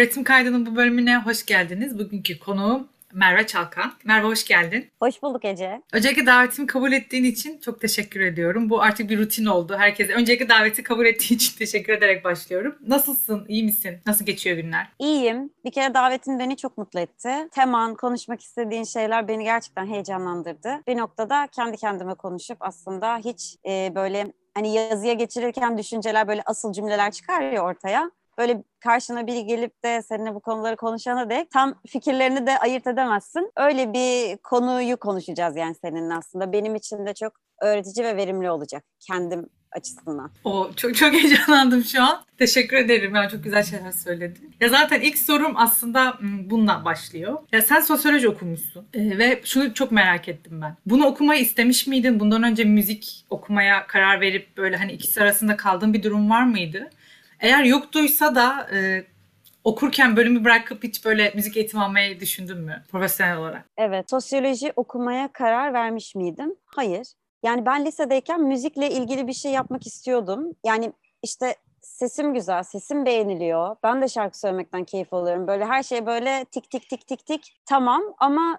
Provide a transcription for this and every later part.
Öğretim Kaydı'nın bu bölümüne hoş geldiniz. Bugünkü konuğum Merve Çalkan. Merve hoş geldin. Hoş bulduk Ece. Öncelikle davetimi kabul ettiğin için çok teşekkür ediyorum. Bu artık bir rutin oldu. Herkese öncelikle daveti kabul ettiğin için teşekkür ederek başlıyorum. Nasılsın? İyi misin? Nasıl geçiyor günler? İyiyim. Bir kere davetin beni çok mutlu etti. Teman, konuşmak istediğin şeyler beni gerçekten heyecanlandırdı. Bir noktada kendi kendime konuşup aslında hiç böyle hani yazıya geçirirken düşünceler böyle asıl cümleler çıkar ya ortaya. Böyle karşına biri gelip de seninle bu konuları konuşana dek tam fikirlerini de ayırt edemezsin. Öyle bir konuyu konuşacağız yani seninle aslında. Benim için de çok öğretici ve verimli olacak kendim açısından. Çok heyecanlandım şu an. Teşekkür ederim. Yani çok güzel şeyler söyledin. Ya zaten ilk sorum aslında bununla başlıyor. Ya sen sosyoloji okumuşsun. Ve şunu çok merak ettim ben. Bunu okumayı istemiş miydin? Bundan önce müzik okumaya karar verip böyle hani ikisi arasında kaldığın bir durum var mıydı? Eğer yoktuysa da okurken bölümü bırakıp hiç böyle müzik eğitimi almayı düşündün mü profesyonel olarak? Evet, sosyoloji okumaya karar vermiş miydim? Hayır. Yani ben lisedeyken müzikle ilgili bir şey yapmak istiyordum. Yani işte sesim güzel, sesim beğeniliyor. Ben de şarkı söylemekten keyif alıyorum. Böyle her şey böyle tik tik tik tik tik tamam ama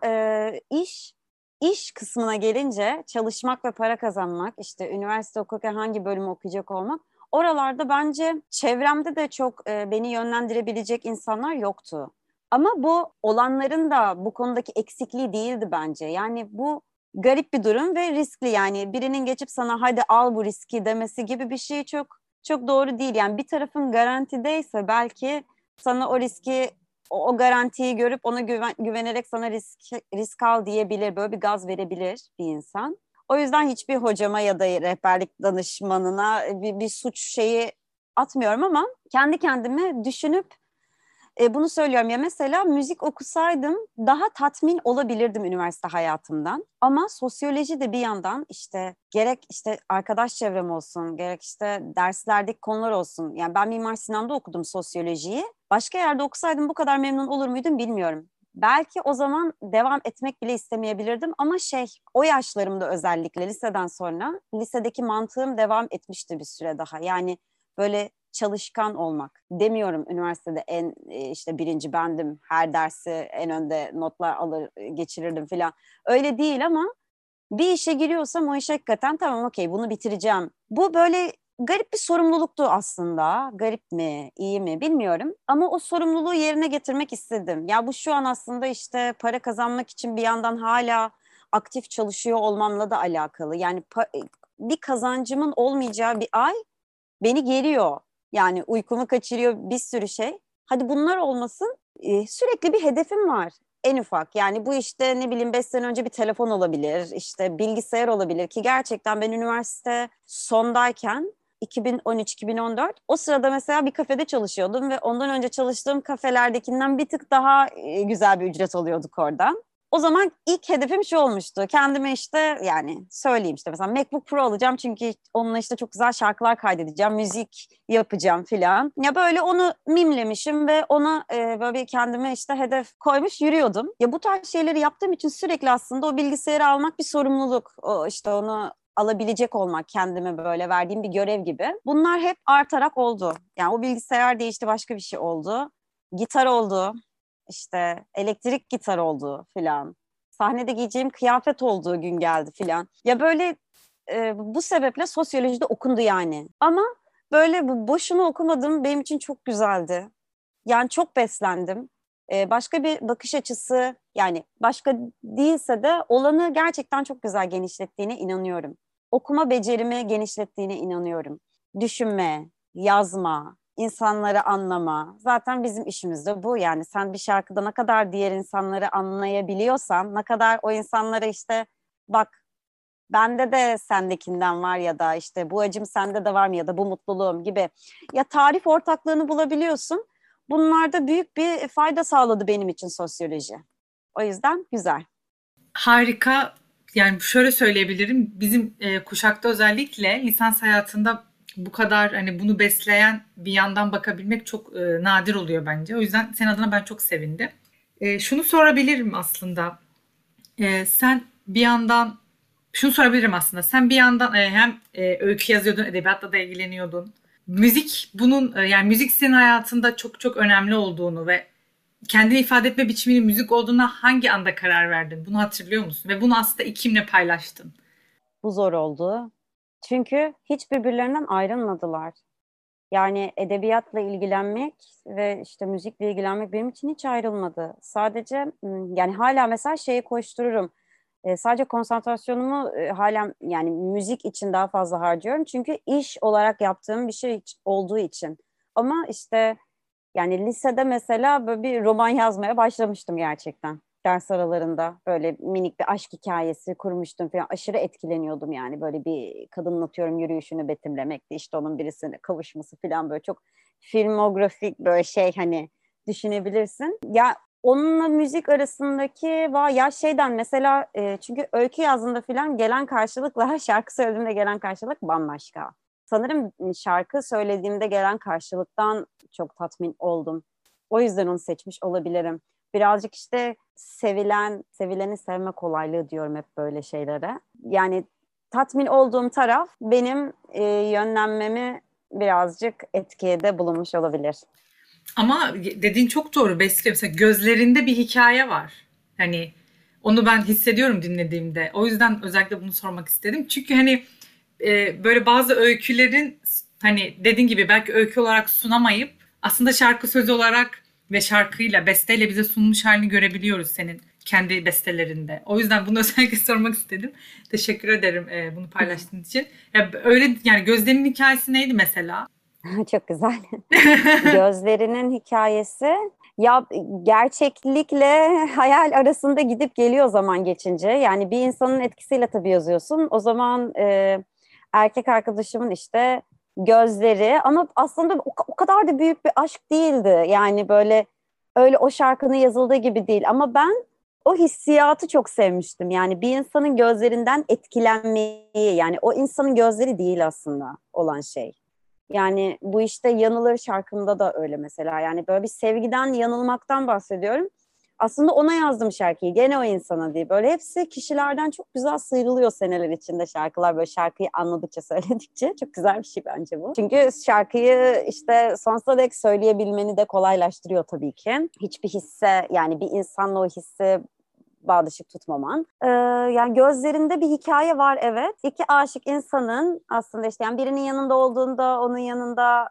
iş kısmına gelince çalışmak ve para kazanmak, işte üniversite okurken hangi bölümü okuyacak olmak, oralarda bence çevremde de çok beni yönlendirebilecek insanlar yoktu. Ama bu olanların da bu konudaki eksikliği değildi bence. Yani bu garip bir durum ve riskli, yani birinin geçip sana hadi al bu riski demesi gibi bir şey çok çok doğru değil. Yani bir tarafın garantideyse belki sana o riski o garantiyi görüp ona güvenerek sana risk al diyebilir. Böyle bir gaz verebilir bir insan. O yüzden hiçbir hocama ya da rehberlik danışmanına bir suç şeyi atmıyorum ama kendi kendime düşünüp bunu söylüyorum ya, mesela müzik okusaydım daha tatmin olabilirdim üniversite hayatımdan. Ama sosyoloji de bir yandan işte gerek işte arkadaş çevrem olsun, gerek işte derslerdeki konular olsun. Yani ben Mimar Sinan'da okudum sosyolojiyi. Başka yerde okusaydım bu kadar memnun olur muydum bilmiyorum. Belki o zaman devam etmek bile istemeyebilirdim ama o yaşlarımda özellikle liseden sonra lisedeki mantığım devam etmişti bir süre daha. Yani böyle çalışkan olmak. Demiyorum üniversitede işte birinci bendim, her dersi en önde notlar alır geçirirdim falan. Öyle değil ama bir işe giriyorsam o işe hakikaten tamam, okey, bunu bitireceğim. Bu böyle garip bir sorumluluktu aslında. Garip mi, iyi mi bilmiyorum. Ama o sorumluluğu yerine getirmek istedim. Ya bu şu an aslında işte para kazanmak için bir yandan hala aktif çalışıyor olmamla da alakalı. Yani bir kazancımın olmayacağı bir ay beni geriyor. Yani uykumu kaçırıyor, bir sürü şey. Hadi bunlar olmasın. Sürekli bir hedefim var. En ufak. Yani bu işte ne bileyim 5 sene önce bir telefon olabilir, işte bilgisayar olabilir ki gerçekten ben üniversite sondayken 2013-2014 o sırada mesela bir kafede çalışıyordum ve ondan önce çalıştığım kafelerdekinden bir tık daha güzel bir ücret alıyorduk oradan. O zaman ilk hedefim şu olmuştu. Kendime işte yani söyleyeyim işte mesela MacBook Pro alacağım çünkü onunla işte çok güzel şarkılar kaydedeceğim, müzik yapacağım filan. Ya böyle onu mimlemişim ve ona böyle bir kendime işte hedef koymuş yürüyordum. Ya bu tarz şeyleri yaptığım için sürekli aslında o bilgisayarı almak bir sorumluluk. O işte onu alabilecek olmak, kendime böyle verdiğim bir görev gibi. Bunlar hep artarak oldu. Yani o bilgisayar değişti, başka bir şey oldu. Gitar oldu, işte elektrik gitar olduğu filan. Sahnede giyeceğim kıyafet olduğu gün geldi filan. Ya böyle bu sebeple sosyolojide okundu yani. Ama böyle bu boşuna okumadım, benim için çok güzeldi. Yani çok beslendim. Başka bir bakış açısı, yani başka değilse de olanı gerçekten çok güzel genişlettiğine inanıyorum. Okuma becerimi genişlettiğine inanıyorum. Düşünme, yazma, insanları anlama. Zaten bizim işimiz de bu. Yani sen bir şarkıda ne kadar diğer insanları anlayabiliyorsan, ne kadar o insanlara işte bak bende de sendekinden var ya da işte bu acım sende de var mı ya da bu mutluluğum gibi. Ya tarif ortaklığını bulabiliyorsun. Bunlarda büyük bir fayda sağladı benim için sosyoloji. O yüzden güzel. Harika. Yani şöyle söyleyebilirim. Bizim kuşakta özellikle lisans hayatında bu kadar hani bunu besleyen bir yandan bakabilmek çok nadir oluyor bence. O yüzden senin adına ben çok sevindim. Şunu sorabilirim aslında. Sen bir yandan şunu sorabilirim aslında. Sen bir yandan hem öykü yazıyordun, edebiyatla da ilgileniyordun. müzik bunun yani müzik senin hayatında çok çok önemli olduğunu ve kendini ifade etme biçiminin müzik olduğuna hangi anda karar verdin? Bunu hatırlıyor musun? Ve bunu aslında kimle paylaştın? Bu zor oldu. Çünkü hiç birbirlerinden ayrılmadılar. Yani edebiyatla ilgilenmek ve işte müzikle ilgilenmek benim için hiç ayrılmadı. Sadece yani hala mesela şeye koştururum. Sadece konsantrasyonumu hala yani müzik için daha fazla harcıyorum. Çünkü iş olarak yaptığım bir şey olduğu için. Ama işte yani lisede mesela böyle bir roman yazmaya başlamıştım gerçekten. Ders aralarında böyle minik bir aşk hikayesi kurmuştum falan. Aşırı etkileniyordum yani böyle bir kadının atıyorum yürüyüşünü betimlemekti. İşte onun birisine kavuşması falan böyle çok filmografik böyle şey hani düşünebilirsin. Ya onunla müzik arasındaki ya şeyden mesela çünkü öykü yazdığımda falan gelen karşılıkla şarkı söylediğimde gelen karşılık bambaşka. Sanırım şarkı söylediğimde gelen karşılıktan çok tatmin oldum. O yüzden onu seçmiş olabilirim. Birazcık işte sevileni sevme kolaylığı diyorum hep böyle şeylere. Yani tatmin olduğum taraf benim yönlenmemi birazcık etkide bulunmuş olabilir. Ama dediğin çok doğru Besli. Mesela gözlerinde bir hikaye var. Hani onu ben hissediyorum dinlediğimde. O yüzden özellikle bunu sormak istedim. Çünkü hani böyle bazı öykülerin hani dediğin gibi belki öykü olarak sunamayıp aslında şarkı sözü olarak ve şarkıyla, besteyle bize sunmuş halini görebiliyoruz senin kendi bestelerinde. O yüzden bunu özellikle sormak istedim. Teşekkür ederim bunu paylaştığın için. Ya öyle yani gözlerinin hikayesi neydi mesela? Çok güzel. Gözlerinin hikayesi ya gerçeklikle hayal arasında gidip geliyor zaman geçince. Yani bir insanın etkisiyle tabii yazıyorsun. O zaman erkek arkadaşımın işte gözleri ama aslında o kadar da büyük bir aşk değildi. Yani böyle öyle o şarkının yazıldığı gibi değil ama ben o hissiyatı çok sevmiştim. Yani bir insanın gözlerinden etkilenmeyi yani o insanın gözleri değil aslında olan şey. Yani bu işte Yanılır şarkımda da öyle mesela. Yani böyle bir sevgiden, yanılmaktan bahsediyorum. Aslında ona yazdım şarkıyı. Gene o insana diye. Böyle hepsi kişilerden çok güzel sıyrılıyor seneler içinde şarkılar. Böyle şarkıyı anladıkça, söyledikçe. Çok güzel bir şey bence bu. Çünkü şarkıyı işte sonsuza dek söyleyebilmeni de kolaylaştırıyor tabii ki. Hiçbir hisse yani bir insanla o hissi bağdaşık tutmaman. Yani gözlerinde bir hikaye var evet. İki aşık insanın aslında işte yani birinin yanında olduğunda onun yanında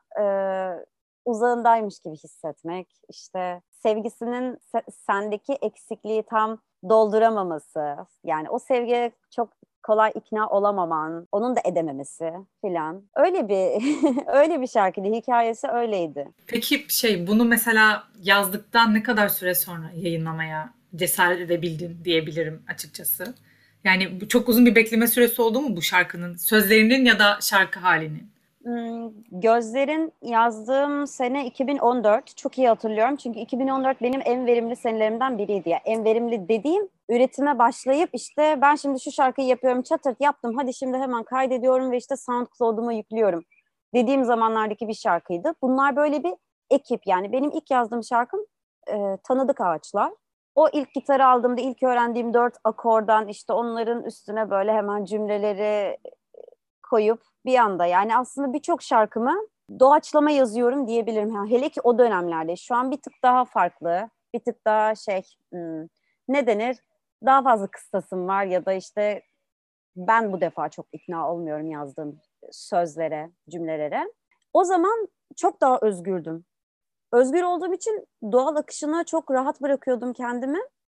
uzağındaymış gibi hissetmek. İşte sevgisinin sendeki eksikliği tam dolduramaması. Yani o sevgiye çok kolay ikna olamaman, onun da edememesi filan. Öyle bir öyle bir şarkıydı. Hikayesi öyleydi. Peki bunu mesela yazdıktan ne kadar süre sonra yayınlamaya cesaret edebildin diyebilirim açıkçası. Yani bu çok uzun bir bekleme süresi oldu mu bu şarkının? Sözlerinin ya da şarkı halinin? Gözler'in yazdığım sene 2014. Çok iyi hatırlıyorum. Çünkü 2014 benim en verimli senelerimden biriydi. Yani en verimli dediğim üretime başlayıp işte ben şimdi şu şarkıyı yapıyorum, çatırt yaptım. Hadi şimdi hemen kaydediyorum ve işte SoundCloud'uma yüklüyorum dediğim zamanlardaki bir şarkıydı. Bunlar böyle bir ekip yani benim ilk yazdığım şarkım Tanıdık Ağaçlar. O ilk gitarı aldığımda ilk öğrendiğim 4 akordan işte onların üstüne böyle hemen cümleleri koyup bir anda yani aslında birçok şarkımı doğaçlama yazıyorum diyebilirim. Yani hele ki o dönemlerde şu an bir tık daha farklı, bir tık daha ne denir? Daha fazla kıstasım var ya da işte ben bu defa çok ikna olmuyorum yazdığım sözlere, cümlelere. O zaman çok daha özgürdüm. Özgür olduğum için doğal akışına çok rahat bırakıyordum kendimi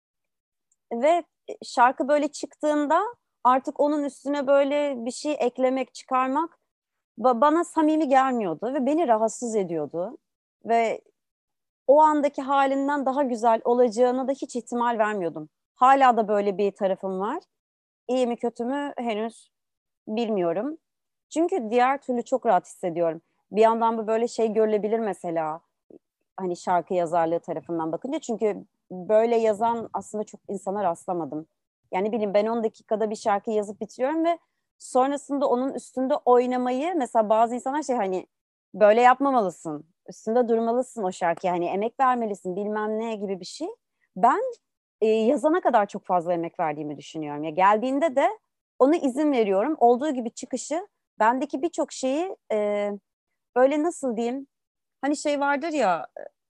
ve şarkı böyle çıktığında artık onun üstüne böyle bir şey eklemek, çıkarmak bana samimi gelmiyordu ve beni rahatsız ediyordu. Ve o andaki halinden daha güzel olacağına da hiç ihtimal vermiyordum. Hala da böyle bir tarafım var. İyi mi kötü mü henüz bilmiyorum. Çünkü diğer türlü çok rahat hissediyorum. Bir yandan bu böyle şey görülebilir mesela hani şarkı yazarlığı tarafından bakınca. Çünkü böyle yazan aslında çok insana rastlamadım. Yani bileyim ben 10 dakikada bir şarkı yazıp bitiriyorum ve sonrasında onun üstünde oynamayı mesela bazı insanlar hani böyle yapmamalısın. Üstünde durmalısın o şarkıya. Hani emek vermelisin bilmem ne gibi bir şey. Ben yazana kadar çok fazla emek verdiğimi düşünüyorum. Ya geldiğinde de ona izin veriyorum. Olduğu gibi çıkışı bendeki birçok şeyi böyle nasıl diyeyim? Hani şey vardır ya,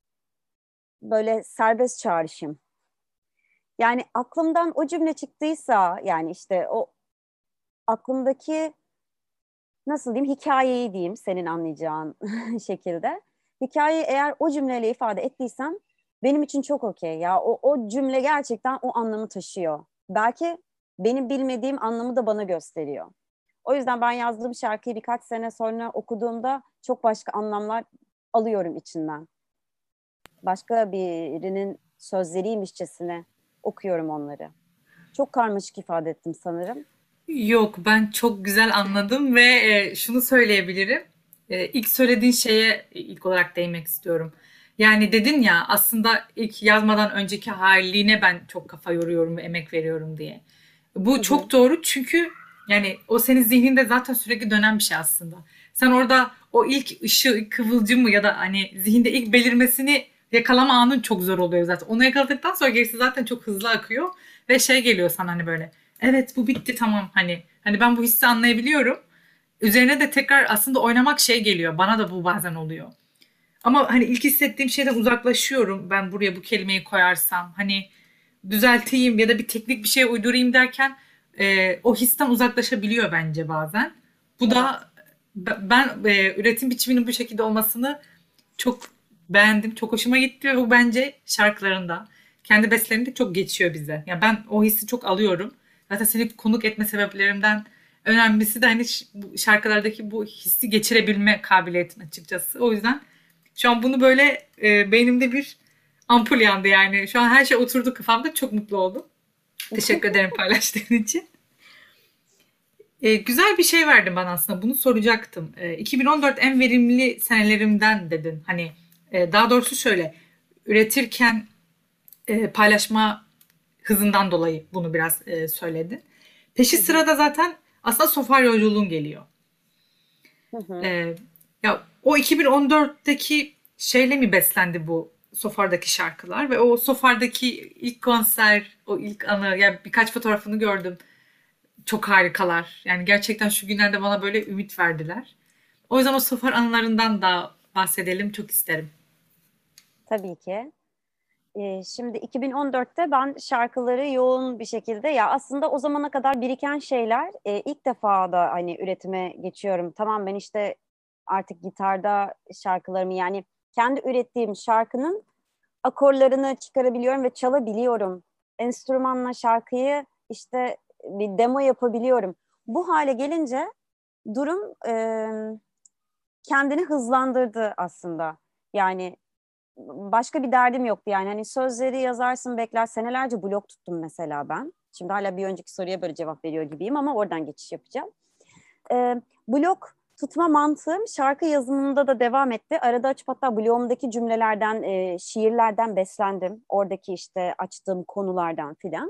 böyle serbest çağrışım. Yani aklımdan o cümle çıktıysa, yani işte o aklımdaki, nasıl diyeyim, hikayeyi diyeyim senin anlayacağın şekilde. Hikayeyi eğer o cümleyle ifade ettiysem benim için çok okey ya. O cümle gerçekten o anlamı taşıyor. Belki benim bilmediğim anlamı da bana gösteriyor. O yüzden ben yazdığım şarkıyı birkaç sene sonra okuduğumda çok başka anlamlar alıyorum içinden. Başka birinin sözleriymişçesine okuyorum onları. Çok karmaşık ifade ettim sanırım. Yok, ben çok güzel anladım ve şunu söyleyebilirim. İlk söylediğin şeye ilk olarak değinmek istiyorum. Yani dedin ya, aslında ilk yazmadan önceki haline ben çok kafa yoruyorum ve emek veriyorum diye. Hı Bu hı. çok doğru, çünkü yani o senin zihninde zaten sürekli dönen bir şey aslında. Sen orada o ilk ışığı, ilk kıvılcımı ya da hani zihinde ilk belirmesini yakalama anın çok zor oluyor zaten. Onu yakaladıktan sonra gerisi zaten çok hızlı akıyor ve şey geliyor sana, hani böyle evet bu bitti, tamam, hani ben bu hissi anlayabiliyorum. Üzerine de tekrar aslında oynamak şey geliyor. Bana da bu bazen oluyor. Ama hani ilk hissettiğim şeyden uzaklaşıyorum. Ben buraya bu kelimeyi koyarsam hani düzelteyim ya da bir teknik bir şey uydurayım derken o histen uzaklaşabiliyor bence bazen. Bu Evet. da ben üretim biçiminin bu şekilde olmasını çok beğendim. Çok hoşuma gitti ve bu bence şarkılarında, kendi bestelerinde çok geçiyor bize. Ya ben o hissi çok alıyorum. Zaten seni konuk etme sebeplerimden önemlisi de hani bu şarkılardaki bu hissi geçirebilme kabiliyetin açıkçası. O yüzden şu an bunu böyle beynimde bir ampul yandı yani. Şu an her şey oturdu kafamda. Çok mutlu oldum. Teşekkür ederim paylaştığın için. Güzel bir şey verdin bana aslında. Bunu soracaktım. 2014 en verimli senelerimden dedin. Hani daha doğrusu şöyle, üretirken paylaşma hızından dolayı bunu biraz söyledin. Peşi Hı hı. sırada zaten aslında Sofar Yolculuğun geliyor. Hı hı. E, Ya o 2014'teki şeyle mi beslendi bu Sofar'daki şarkılar ve o Sofar'daki ilk konser, o ilk anı, yani birkaç fotoğrafını gördüm. Çok harikalar. Yani gerçekten şu günlerde bana böyle ümit verdiler. O yüzden o Sofar anılarından da bahsedelim, çok isterim. Tabii ki. Şimdi 2014'te ben şarkıları yoğun bir şekilde, ya aslında o zamana kadar biriken şeyler, ilk defa da hani üretime geçiyorum. Tamam, ben işte artık gitarda şarkılarımı, yani kendi ürettiğim şarkının akorlarını çıkarabiliyorum ve çalabiliyorum. Enstrümanla şarkıyı işte bir demo yapabiliyorum. Bu hale gelince durum kendini hızlandırdı aslında. Yani başka bir derdim yoktu, yani hani sözleri yazarsın, bekler, senelerce blog tuttum mesela ben. Şimdi hala bir önceki soruya böyle cevap veriyor gibiyim ama oradan geçiş yapacağım. Blog tutma mantığım şarkı yazımında da devam etti. Arada açıp hatta blogumdaki cümlelerden, şiirlerden beslendim. Oradaki işte açtığım konulardan filan.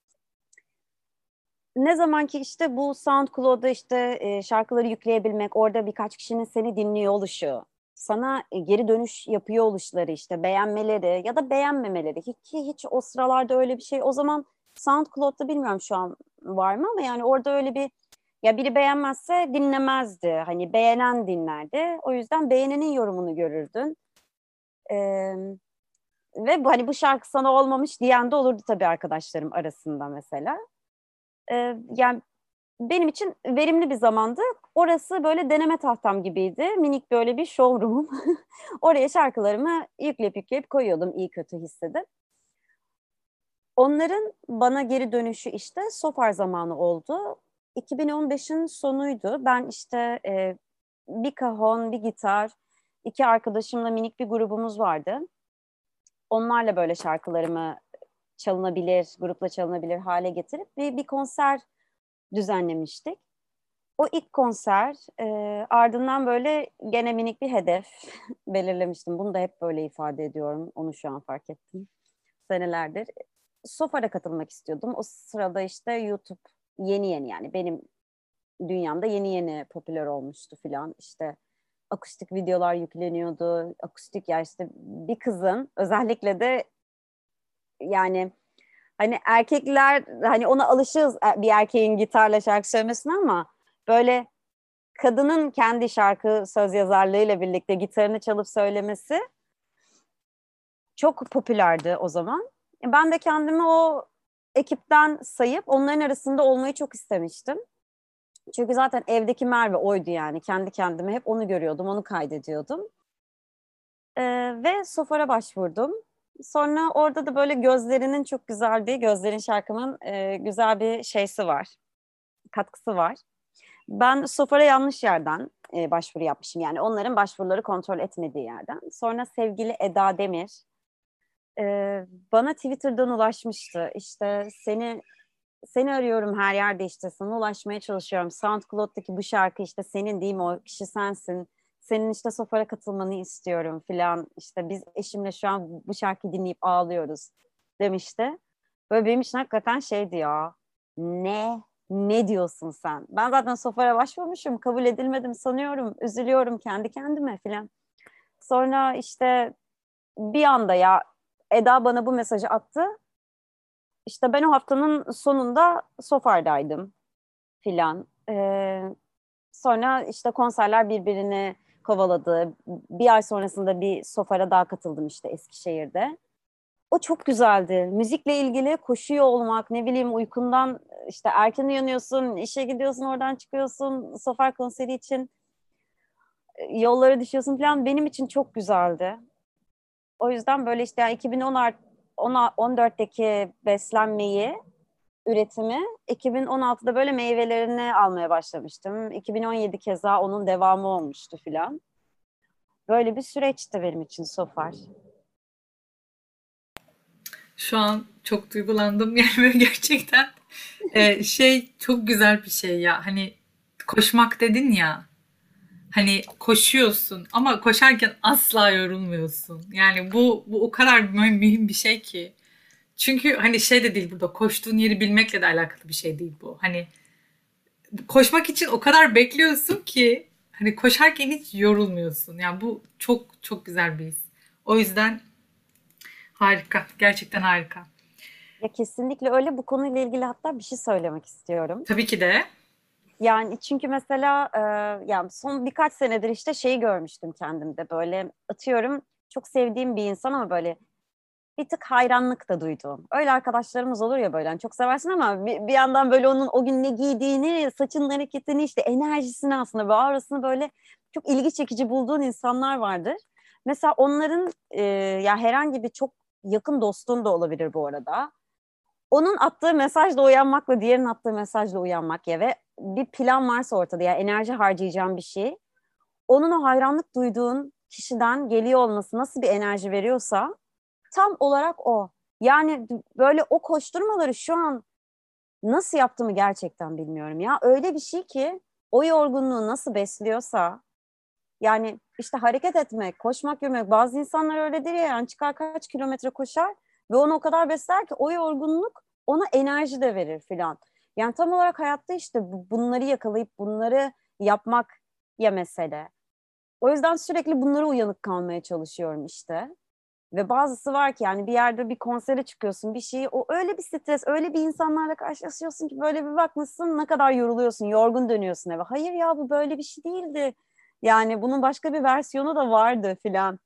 Ne zaman ki işte bu SoundCloud'a işte şarkıları yükleyebilmek, orada birkaç kişinin seni dinliyor oluşu, sana geri dönüş yapıyor oluşları, işte beğenmeleri ya da beğenmemeleri, hiç o sıralarda öyle bir şey. O zaman SoundCloud'da bilmiyorum şu an var mı ama yani orada öyle bir, ya biri beğenmezse dinlemezdi. Hani beğenen dinlerdi. O yüzden beğenenin yorumunu görürdün. Ee, Ve hani bu şarkı sana olmamış diyen de olurdu tabii arkadaşlarım arasında mesela. Yani benim için verimli bir zamandı. Orası böyle deneme tahtam gibiydi. Minik böyle bir showroom'um. Oraya şarkılarımı yükleyip koyuyordum, iyi kötü hissedip. Onların bana geri dönüşü işte Sofar zamanı oldu. 2015'in sonuydu. Ben işte bir kahon, bir gitar, iki arkadaşımla minik bir grubumuz vardı. Onlarla böyle şarkılarımı çalınabilir, grupla çalınabilir hale getirip bir konser düzenlemiştik. O ilk konser, ardından böyle gene minik bir hedef belirlemiştim. Bunu da hep böyle ifade ediyorum. Onu şu an fark ettim senelerdir. Sofara katılmak istiyordum. O sırada işte YouTube yeni yeni, yani benim dünyamda yeni yeni popüler olmuştu filan. İşte akustik videolar yükleniyordu. Akustik, ya işte bir kızın özellikle de, yani hani erkekler, hani ona alışığız bir erkeğin gitarla şarkı söylemesine ama böyle kadının kendi şarkı söz yazarlığıyla birlikte gitarını çalıp söylemesi çok popülerdi o zaman. Ben de kendimi o ekipten sayıp onların arasında olmayı çok istemiştim. Çünkü zaten evdeki Merve oydu yani. Kendi kendime hep onu görüyordum, onu kaydediyordum. Ve Sofar'a başvurdum. Sonra orada da böyle Gözlerinin çok güzel bir, Gözlerin şarkımın güzel bir şeysi var, katkısı var. Ben Sofar'a yanlış yerden başvuru yapmışım. Yani onların başvuruları kontrol etmediği yerden. Sonra sevgili Eda Demir e, bana Twitter'dan ulaşmıştı. İşte seni arıyorum her yerde, işte sana ulaşmaya çalışıyorum. SoundCloud'daki bu şarkı işte senin değil mi, o kişi sensin. Senin işte Sofar'a katılmanı istiyorum filan. İşte biz eşimle şu an bu şarkıyı dinleyip ağlıyoruz demişti. Böyle benim için hakikaten şeydi ya. Ne? Ne diyorsun sen? Ben zaten Sofar'a başvurmuşum. Kabul edilmedim sanıyorum. Üzülüyorum kendi kendime filan. Sonra işte bir anda ya Eda bana bu mesajı attı. İşte ben o haftanın sonunda Sofar'daydım filan. Sonra işte konserler birbirini kovaladı. Bir ay sonrasında bir Sofar'a daha katıldım işte Eskişehir'de. O çok güzeldi. Müzikle ilgili koşuyor olmak, ne bileyim uykundan işte erken uyanıyorsun, işe gidiyorsun, oradan çıkıyorsun, Sofar konseri için yollara düşüyorsun falan, benim için çok güzeldi. O yüzden böyle işte yani 2014'teki beslenmeyi, üretimi 2016'da böyle meyvelerini almaya başlamıştım. 2017 keza onun devamı olmuştu filan. Böyle bir süreçti benim için Sofar. Şu an çok duygulandım yani böyle gerçekten şey çok güzel bir şey ya hani koşmak dedin ya hani koşuyorsun ama koşarken asla yorulmuyorsun. Yani bu o kadar mühim bir şey ki. Çünkü hani şey de değil burada koştuğun yeri bilmekle de alakalı bir şey değil bu. Hani koşmak için o kadar bekliyorsun ki hani koşarken hiç yorulmuyorsun. Yani bu çok çok güzel bir his. O yüzden harika. Gerçekten harika. Ya kesinlikle öyle. Bu konuyla ilgili hatta bir şey söylemek istiyorum. Tabii ki de. Yani çünkü mesela yani son birkaç senedir işte şeyi görmüştüm kendimde, böyle atıyorum çok sevdiğim bir insan ama böyle bir tık hayranlık da duyduğum. Öyle arkadaşlarımız olur ya, böyle hani çok seversin ama bir yandan böyle onun o gün ne giydiğini, saçının hareketini, işte enerjisini, aslında böyle aurasını böyle çok ilgi çekici bulduğun insanlar vardır. Mesela onların ya herhangi bir çok yakın dostun da olabilir bu arada. Onun attığı mesajla uyanmakla diğerinin attığı mesajla uyanmak ya, ve bir plan varsa ortada, ya enerji harcayacağım bir şey. Onun o hayranlık duyduğun kişiden geliyor olması nasıl bir enerji veriyorsa tam olarak o. Yani böyle o koşturmaları şu an nasıl yaptığımı gerçekten bilmiyorum ya. Öyle bir şey ki o yorgunluğu nasıl besliyorsa, yani işte hareket etmek, koşmak, yürümek. Bazı insanlar öyledir ya, yani çıkar kaç kilometre koşar ve onu o kadar besler ki o yorgunluk ona enerji de verir filan. Yani tam olarak hayatta işte bunları yakalayıp bunları yapmak ya mesele. O yüzden sürekli bunlara uyanık kalmaya çalışıyorum işte. Ve bazısı var ki yani bir yerde bir konsere çıkıyorsun, bir şeyi, o öyle bir stres, öyle bir insanlarla karşılaşıyorsun ki böyle bir bakmışsın ne kadar yoruluyorsun, yorgun dönüyorsun eve. Hayır ya, bu böyle bir şey değildi. Yani bunun başka bir versiyonu da vardı filan.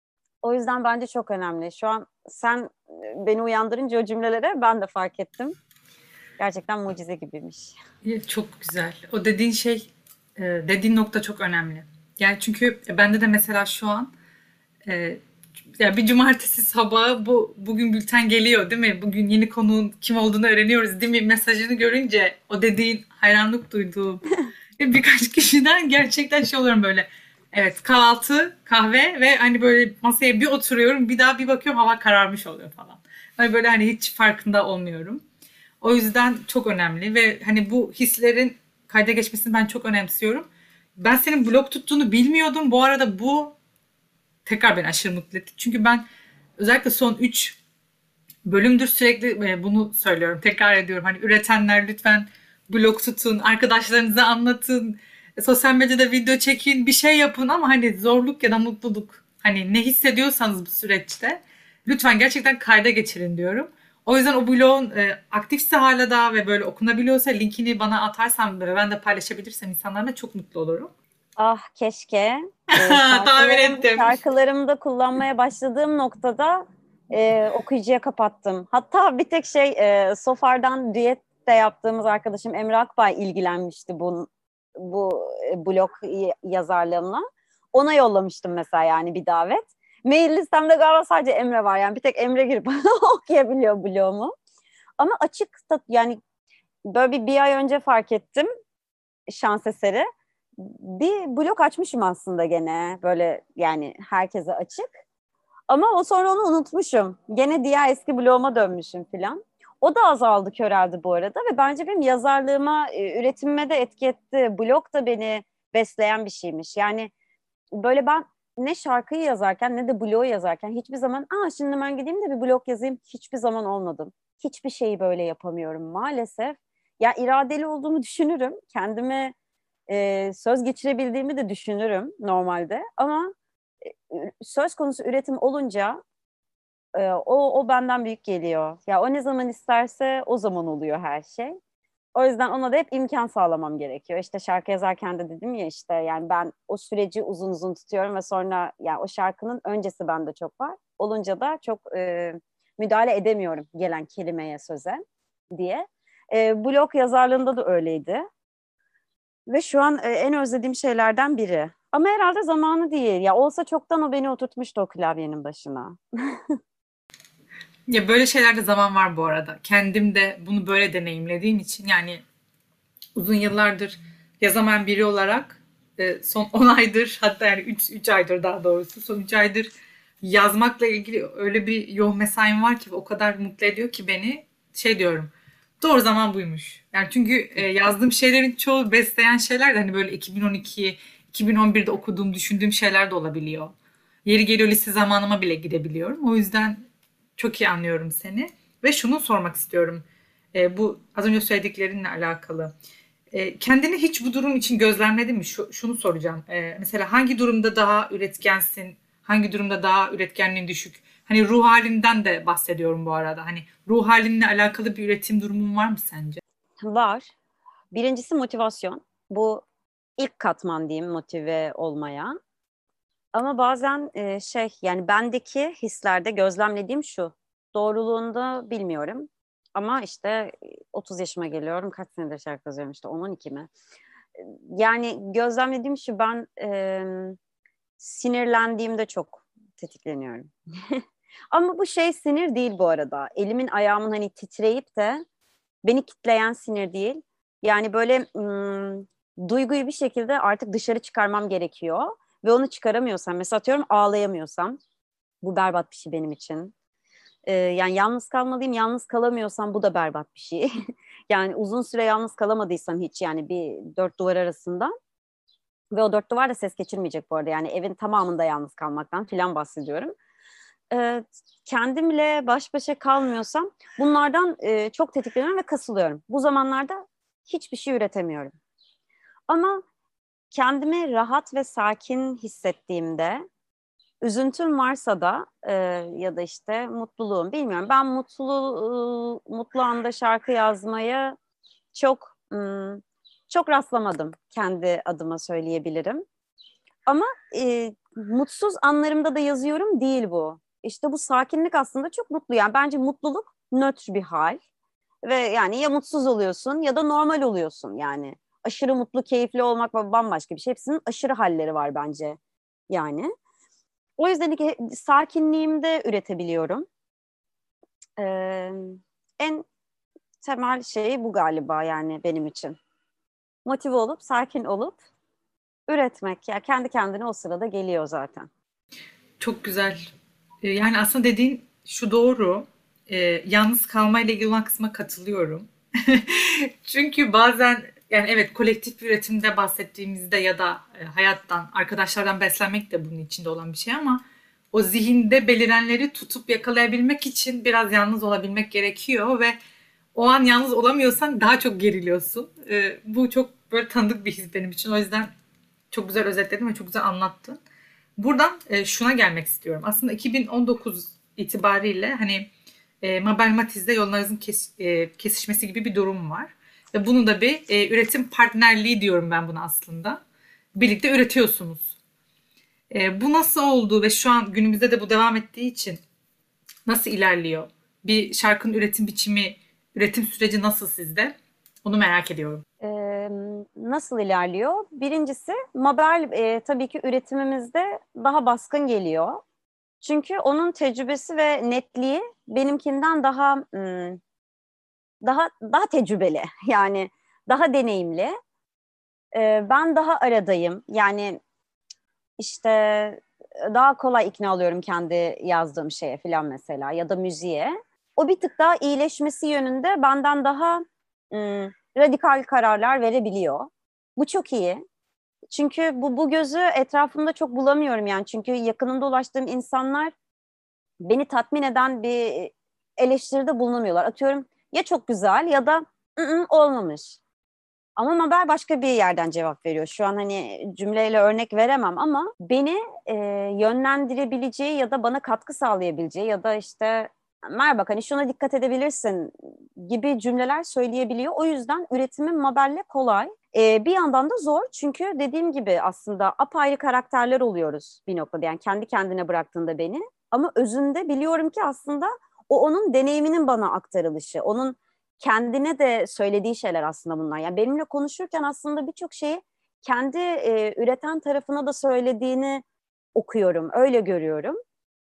O yüzden bence çok önemli. Şu an sen beni uyandırınca o cümlelere ben de fark ettim. Gerçekten mucize gibiymiş. Çok güzel. O dediğin şey, dediğin nokta çok önemli. Yani çünkü bende de mesela şu an e, ya bir cumartesi sabahı bugün bülten geliyor değil mi? Bugün yeni konuğun kim olduğunu öğreniyoruz değil mi? Mesajını görünce o dediğin hayranlık duyduğum birkaç kişiden gerçekten şey oluyorum böyle. Evet, kahvaltı, kahve ve hani böyle masaya bir oturuyorum, bir daha bir bakıyorum hava kararmış oluyor falan. Hani böyle hani hiç farkında olmuyorum. O yüzden çok önemli ve hani bu hislerin kayda geçmesini ben çok önemsiyorum. Ben senin blog tuttuğunu bilmiyordum. Bu arada bu tekrar beni aşırı mutlu etti. Çünkü ben özellikle son 3 bölümdür sürekli bunu söylüyorum. Tekrar ediyorum. Hani üretenler lütfen blog tutun, arkadaşlarınıza anlatın, sosyal medyada video çekin, bir şey yapın ama hani zorluk ya da mutluluk, hani ne hissediyorsanız bu süreçte lütfen gerçekten kayda geçirin diyorum. O yüzden o blogun aktifse hala da ve böyle okunabiliyorsa linkini bana atarsan böyle ben de paylaşabilirsem insanlarla çok mutlu olurum. Ah keşke. Tahmin ettim. Şarkılarımda kullanmaya başladığım noktada okuyucuya kapattım. Hatta bir tek Sofar'dan düet de yaptığımız arkadaşım Emre Akbay ilgilenmişti bu blog yazarlığımla. Ona yollamıştım mesela yani bir davet. Mail listemde galiba sadece Emre var, yani bir tek Emre girip okuyabiliyor blogumu. Ama açık da yani böyle bir ay önce fark ettim, şans eseri. Bir blog açmışım aslında gene böyle, yani herkese açık. Ama sonra onu unutmuşum. Gene diğer eski bloguma dönmüşüm filan. O da azaldı köreldi bu arada ve bence benim yazarlığıma, üretimime de etki etti. Blog da beni besleyen bir şeymiş. Yani böyle ben ne şarkıyı yazarken ne de blogu yazarken hiçbir zaman şimdi ben gideyim de bir blog yazayım, hiçbir zaman olmadım. Hiçbir şeyi böyle yapamıyorum maalesef. Ya iradeli olduğumu düşünürüm. Kendime söz geçirebildiğimi de düşünürüm normalde. Ama söz konusu üretim olunca o benden büyük geliyor. Ya o ne zaman isterse o zaman oluyor her şey. O yüzden ona da hep imkan sağlamam gerekiyor. İşte şarkı yazarken de dedim ya, işte yani ben o süreci uzun uzun tutuyorum ve sonra yani o şarkının öncesi bende çok var. Olunca da çok müdahale edemiyorum gelen kelimeye, söze diye. Blog yazarlığında da öyleydi. Ve şu an en özlediğim şeylerden biri. Ama herhalde zamanı değil. Ya olsa çoktan o beni oturtmuştu o klavyenin başına. Ya böyle şeylerde zaman var bu arada. Kendim de bunu böyle deneyimlediğim için yani uzun yıllardır yazamayan biri olarak son 10 aydır, hatta yani 3 aydır daha doğrusu, son 3 aydır yazmakla ilgili öyle bir yoğun mesaim var ki o kadar mutlu ediyor ki beni, şey diyorum, doğru zaman buymuş. Yani çünkü yazdığım şeylerin çoğu besleyen şeyler de hani böyle 2012, 2011'de okuduğum, düşündüğüm şeyler de olabiliyor. Yeri geliyor lise zamanıma bile gidebiliyorum. O yüzden çok iyi anlıyorum seni. Ve şunu sormak istiyorum. Bu az önce söylediklerinle alakalı. Kendini hiç bu durum için gözlemledin mi? Şunu soracağım. Mesela hangi durumda daha üretkensin? Hangi durumda daha üretkenliğin düşük? Hani ruh halinden de bahsediyorum bu arada. Hani ruh halinle alakalı bir üretim durumun var mı sence? Var. Birincisi motivasyon. Bu ilk katman diyeyim motive olmaya. Ama bazen yani bendeki hislerde gözlemlediğim şu. Doğruluğunda bilmiyorum. Ama işte 30 yaşıma geliyorum. Kaç senedir şarkı yazıyorum, işte 10-12 mi? Yani gözlemlediğim şu, ben sinirlendiğimde çok tetikleniyorum. Ama bu sinir değil bu arada. Elimin ayağımın hani titreyip de beni kitleyen sinir değil. Yani böyle duyguyu bir şekilde artık dışarı çıkarmam gerekiyor. Ve onu çıkaramıyorsam, mesela atıyorum ağlayamıyorsam, bu berbat bir şey benim için. Yani yalnız kalmalıyım, yalnız kalamıyorsam bu da berbat bir şey. Yani uzun süre yalnız kalamadıysam hiç, yani bir dört duvar arasında, ve o dört duvar da ses geçirmeyecek bu arada. Yani evin tamamında yalnız kalmaktan filan bahsediyorum. Ee, Kendimle baş başa kalmıyorsam bunlardan çok tetikleniyorum ve kasılıyorum. Bu zamanlarda hiçbir şey üretemiyorum. Ama kendimi rahat ve sakin hissettiğimde, üzüntüm varsa da ya da işte mutluluğum, bilmiyorum. Ben mutlu anda şarkı yazmayı çok çok rastlamadım, kendi adıma söyleyebilirim. Ama mutsuz anlarımda da yazıyorum değil bu. İşte bu sakinlik aslında çok mutlu. Yani bence mutluluk nötr bir hal. Ve yani ya mutsuz oluyorsun ya da normal oluyorsun yani. Aşırı mutlu, keyifli olmak bambaşka bir şey. Hepsinin aşırı halleri var bence yani. O yüzden sakinliğimde üretebiliyorum. Ee, En temel şey bu galiba yani benim için. Motive olup, sakin olup üretmek. Ya kendi kendine o sırada geliyor zaten. Çok güzel. Yani aslında dediğin şu doğru. Yalnız kalmayla ilgili olan kısma katılıyorum. Çünkü bazen yani evet, kolektif bir üretimde bahsettiğimizde ya da hayattan, arkadaşlardan beslenmek de bunun içinde olan bir şey ama o zihinde belirenleri tutup yakalayabilmek için biraz yalnız olabilmek gerekiyor ve o an yalnız olamıyorsan daha çok geriliyorsun. Bu çok böyle tanıdık bir his benim için. O yüzden çok güzel özetledin ve çok güzel anlattın. Buradan şuna gelmek istiyorum. Aslında 2019 itibariyle hani Mabel Matiz'le yollarınızın kesişmesi gibi bir durum var. Ve bunu da bir üretim partnerliği diyorum ben buna aslında. Birlikte üretiyorsunuz. Bu nasıl oldu ve şu an günümüzde de bu devam ettiği için nasıl ilerliyor? Bir şarkının üretim biçimi, üretim süreci nasıl sizde? Onu merak ediyorum. Nasıl ilerliyor? Birincisi Mabel tabii ki üretimimizde daha baskın geliyor. Çünkü onun tecrübesi ve netliği benimkinden daha tecrübeli. Yani daha deneyimli. Ben daha aradayım. Yani işte daha kolay ikna oluyorum kendi yazdığım şeye falan mesela ya da müziğe. O bir tık daha iyileşmesi yönünde benden daha radikal kararlar verebiliyor. Bu çok iyi. Çünkü bu gözü etrafımda çok bulamıyorum yani. Çünkü yakınımda ulaştığım insanlar beni tatmin eden bir eleştiride bulunamıyorlar. Atıyorum ya çok güzel ya da olmamış. Ama Mabel başka bir yerden cevap veriyor. Şu an hani cümleyle örnek veremem ama beni yönlendirebileceği ya da bana katkı sağlayabileceği ya da işte merhaba hani şuna dikkat edebilirsin gibi cümleler söyleyebiliyor. O yüzden üretimim Mabel'le kolay. Bir yandan da zor çünkü dediğim gibi aslında apayrı karakterler oluyoruz bir noktada. Yani kendi kendine bıraktığında beni. Ama özünde biliyorum ki aslında o onun deneyiminin bana aktarılışı. Onun kendine de söylediği şeyler aslında bunlar. Yani benimle konuşurken aslında birçok şeyi kendi üreten tarafına da söylediğini okuyorum, öyle görüyorum.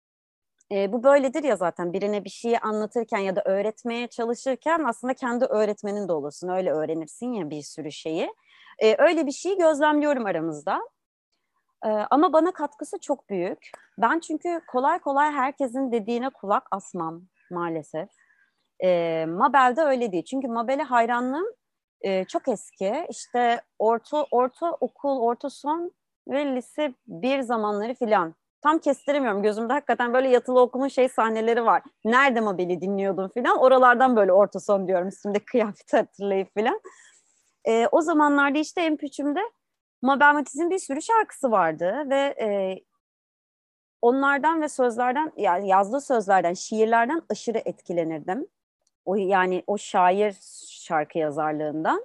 Bu böyledir ya zaten birine bir şeyi anlatırken ya da öğretmeye çalışırken aslında kendi öğretmenin de olursun. Öyle öğrenirsin ya bir sürü şeyi. Öyle bir şeyi gözlemliyorum aramızda. Ama bana katkısı çok büyük. Ben çünkü kolay kolay herkesin dediğine kulak asmam maalesef. Mabel'de öyle değil. Çünkü Mabel'e hayranlığım çok eski. İşte orta okul, orta son ve lise bir zamanları filan. Tam kestiremiyorum. Gözümde hakikaten böyle yatılı okulun sahneleri var. Nerede Mabel'i dinliyordum filan. Oralardan böyle orta son diyorum. Üstümde kıyafeti hatırlayıp filan. O zamanlarda işte MP3'ümde Mabel Matiz'in bir sürü şarkısı vardı ve onlardan ve sözlerden yani yazdığı sözlerden, şiirlerden aşırı etkilenirdim. O yani o şair şarkı yazarlığından.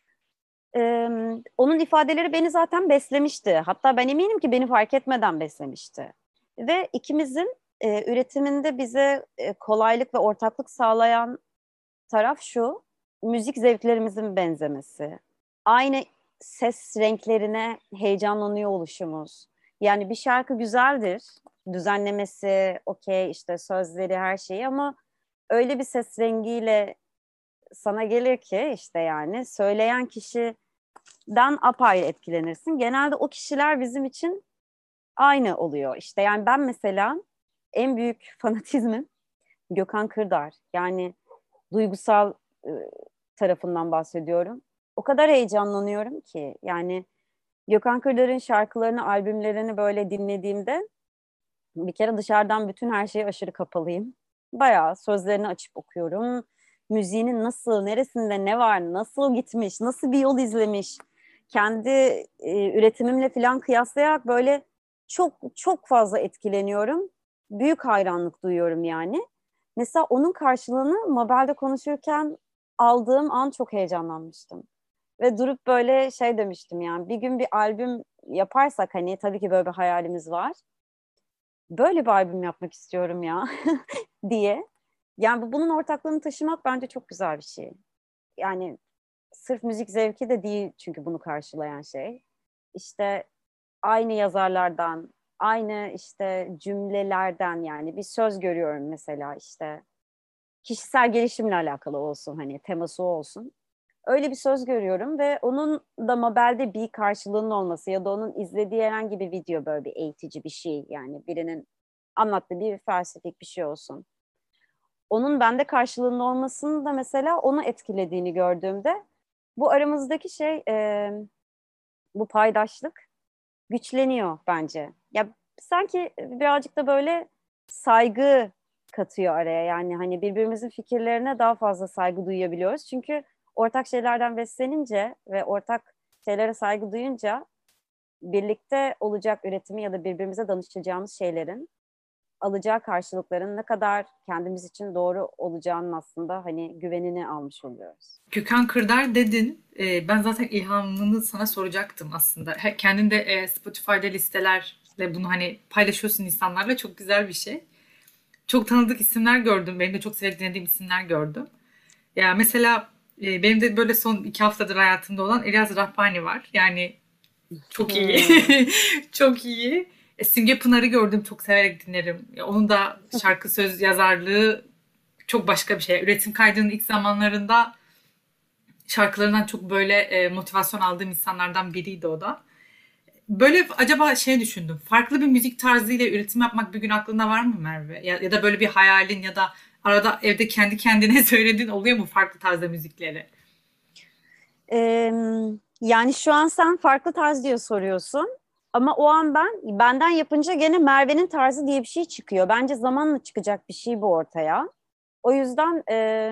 Onun ifadeleri beni zaten beslemişti. Hatta ben eminim ki beni fark etmeden beslemişti. Ve ikimizin üretiminde bize kolaylık ve ortaklık sağlayan taraf şu, müzik zevklerimizin benzemesi. Aynı ses renklerine heyecanlanıyor oluşumuz. Yani bir şarkı güzeldir, düzenlemesi, okey işte sözleri her şeyi ama öyle bir ses rengiyle sana gelir ki işte yani söyleyen kişiden apayrı etkilenirsin. Genelde o kişiler bizim için aynı oluyor. İşte yani ben mesela en büyük fanatizmim Gökhan Kırdar. Yani duygusal e, tarafından bahsediyorum. O kadar heyecanlanıyorum ki yani Gökhan Kırdar'ın şarkılarını, albümlerini böyle dinlediğimde bir kere dışarıdan bütün her şeye aşırı kapalıyım. Bayağı sözlerini açıp okuyorum. Müziğinin nasıl, neresinde ne var, nasıl gitmiş, nasıl bir yol izlemiş. Kendi üretimimle falan kıyaslayarak böyle çok çok fazla etkileniyorum. Büyük hayranlık duyuyorum yani. Mesela onun karşılığını Mabel'de konuşurken aldığım an çok heyecanlanmıştım. Ve durup böyle demiştim yani bir gün bir albüm yaparsak hani tabii ki böyle bir hayalimiz var böyle bir albüm yapmak istiyorum ya diye. Yani bunun ortaklığını taşımak bence çok güzel bir şey. Yani sırf müzik zevki de değil çünkü bunu karşılayan şey. İşte aynı yazarlardan, aynı işte cümlelerden yani bir söz görüyorum mesela işte kişisel gelişimle alakalı olsun hani teması o olsun. Öyle bir söz görüyorum ve onun da Mabel'de bir karşılığının olması ya da onun izlediği herhangi bir video böyle bir eğitici bir şey yani birinin anlattığı bir felsefik bir şey olsun. Onun bende karşılığının olmasının da mesela onu etkilediğini gördüğümde bu aramızdaki bu paydaşlık güçleniyor bence. Ya sanki birazcık da böyle saygı katıyor araya. Yani hani birbirimizin fikirlerine daha fazla saygı duyabiliyoruz. Çünkü ortak şeylerden beslenince ve ortak şeylere saygı duyunca birlikte olacak üretimi ya da birbirimize danışacağımız şeylerin alacağı karşılıkların ne kadar kendimiz için doğru olacağının aslında hani güvenini almış oluyoruz. Gökhan Kırdar dedin. Ben zaten ilhamını sana soracaktım aslında. Kendin de Spotify'da listelerle bunu hani paylaşıyorsun insanlarla. Çok güzel bir şey. Çok tanıdık isimler gördüm. Benim de çok severek dinlediğim isimler gördüm. Ya mesela benim de böyle son 2 haftadır hayatımda olan Elaz Rahbani var. Yani çok iyi. Hmm. Çok iyi. Simge Pınar'ı gördüm. Çok severek dinlerim. Onun da şarkı söz yazarlığı çok başka bir şey. Üretim kaydının ilk zamanlarında şarkılarından çok böyle motivasyon aldığım insanlardan biriydi o da. Böyle acaba şey düşündüm. Farklı bir müzik tarzıyla üretim yapmak bir gün aklında var mı Merve? Ya da böyle bir hayalin ya da arada evde kendi kendine söylediğin oluyor mu farklı tarzda müzikleri? Ee, Yani şu an sen farklı tarz diye soruyorsun. Ama o an benden yapınca gene Merve'nin tarzı diye bir şey çıkıyor. Bence zamanla çıkacak bir şey bu ortaya. O yüzden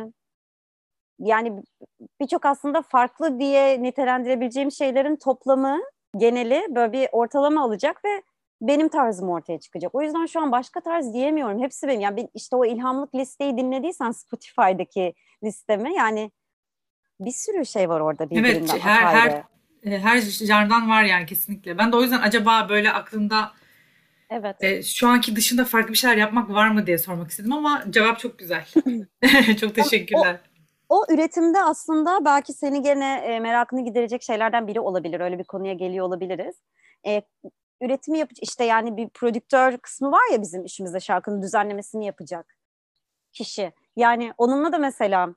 yani birçok aslında farklı diye nitelendirebileceğim şeylerin toplamı, geneli böyle bir ortalama alacak ve benim tarzım ortaya çıkacak. O yüzden şu an başka tarz diyemiyorum. Hepsi benim. Yani işte o ilhamlık listeyi dinlediysen Spotify'daki listeme yani bir sürü şey var orada Evet, birbirinden apayrı. her janrdan var yani kesinlikle. Ben de o yüzden acaba böyle aklımda Evet. şu anki dışında farklı bir şeyler yapmak var mı diye sormak istedim ama cevap çok güzel. Çok O, teşekkürler. o üretimde aslında belki seni gene merakını giderecek şeylerden biri olabilir. Öyle bir konuya geliyor olabiliriz. E, Üretimi işte yani bir prodüktör kısmı var ya bizim işimizde şarkının düzenlemesini yapacak kişi. Yani onunla da mesela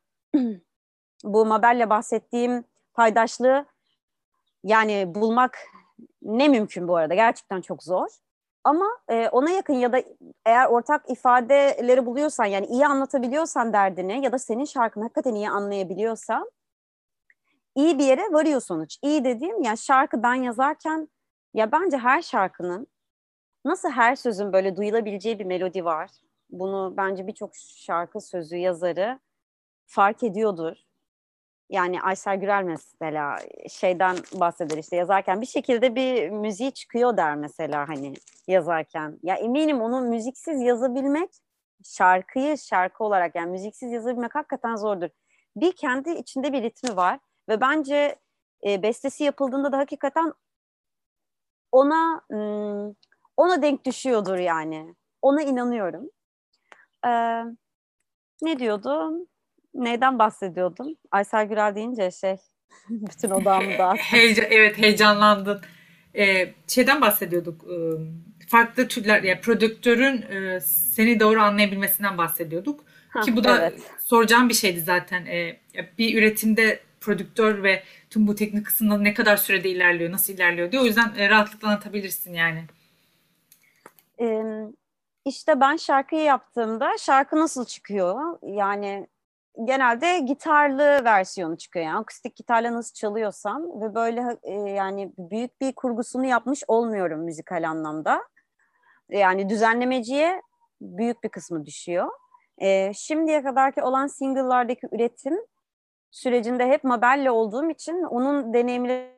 bu Mabel'le bahsettiğim paydaşlığı yani bulmak ne mümkün bu arada. Gerçekten çok zor. Ama ona yakın ya da eğer ortak ifadeleri buluyorsan yani iyi anlatabiliyorsan derdini ya da senin şarkını hakikaten iyi anlayabiliyorsan iyi bir yere varıyor sonuç. İyi dediğim ya şarkı ben yazarken ya bence her şarkının nasıl her sözün böyle duyulabileceği bir melodi var. Bunu bence birçok şarkı sözü yazarı fark ediyordur. Yani Aysel Gürel mesela şeyden bahseder işte yazarken bir şekilde bir müziği çıkıyor der mesela hani yazarken. Ya eminim onu müziksiz yazabilmek şarkıyı şarkı olarak yani müziksiz yazabilmek hakikaten zordur. Bir kendi içinde bir ritmi var ve bence bestesi yapıldığında da hakikaten ona ona denk düşüyordur yani. Ona inanıyorum. Ee, Ne diyordum? Neyden bahsediyordum? Aysel Gürel deyince bütün odağımı dağıttı. Evet, heyecanlandın. Şeyden bahsediyorduk. Farklı türler, yani prodüktörün seni doğru anlayabilmesinden bahsediyorduk. Hah, Ki bu da evet. soracağım bir şeydi zaten. Bir üretimde prodüktör ve tüm bu teknik kısımda ne kadar sürede ilerliyor, nasıl ilerliyor diye. O yüzden rahatlıkla anlatabilirsin yani. Ee, işte ben şarkıyı yaptığımda şarkı nasıl çıkıyor? Yani genelde gitarlı versiyonu çıkıyor. Yani akustik gitarla nasıl çalıyorsam ve böyle yani büyük bir kurgusunu yapmış olmuyorum müzikal anlamda. Yani düzenlemeciye büyük bir kısmı düşüyor. Şimdiye kadarki olan single'lardaki üretim sürecinde hep Mabel'le olduğum için onun deneyimleri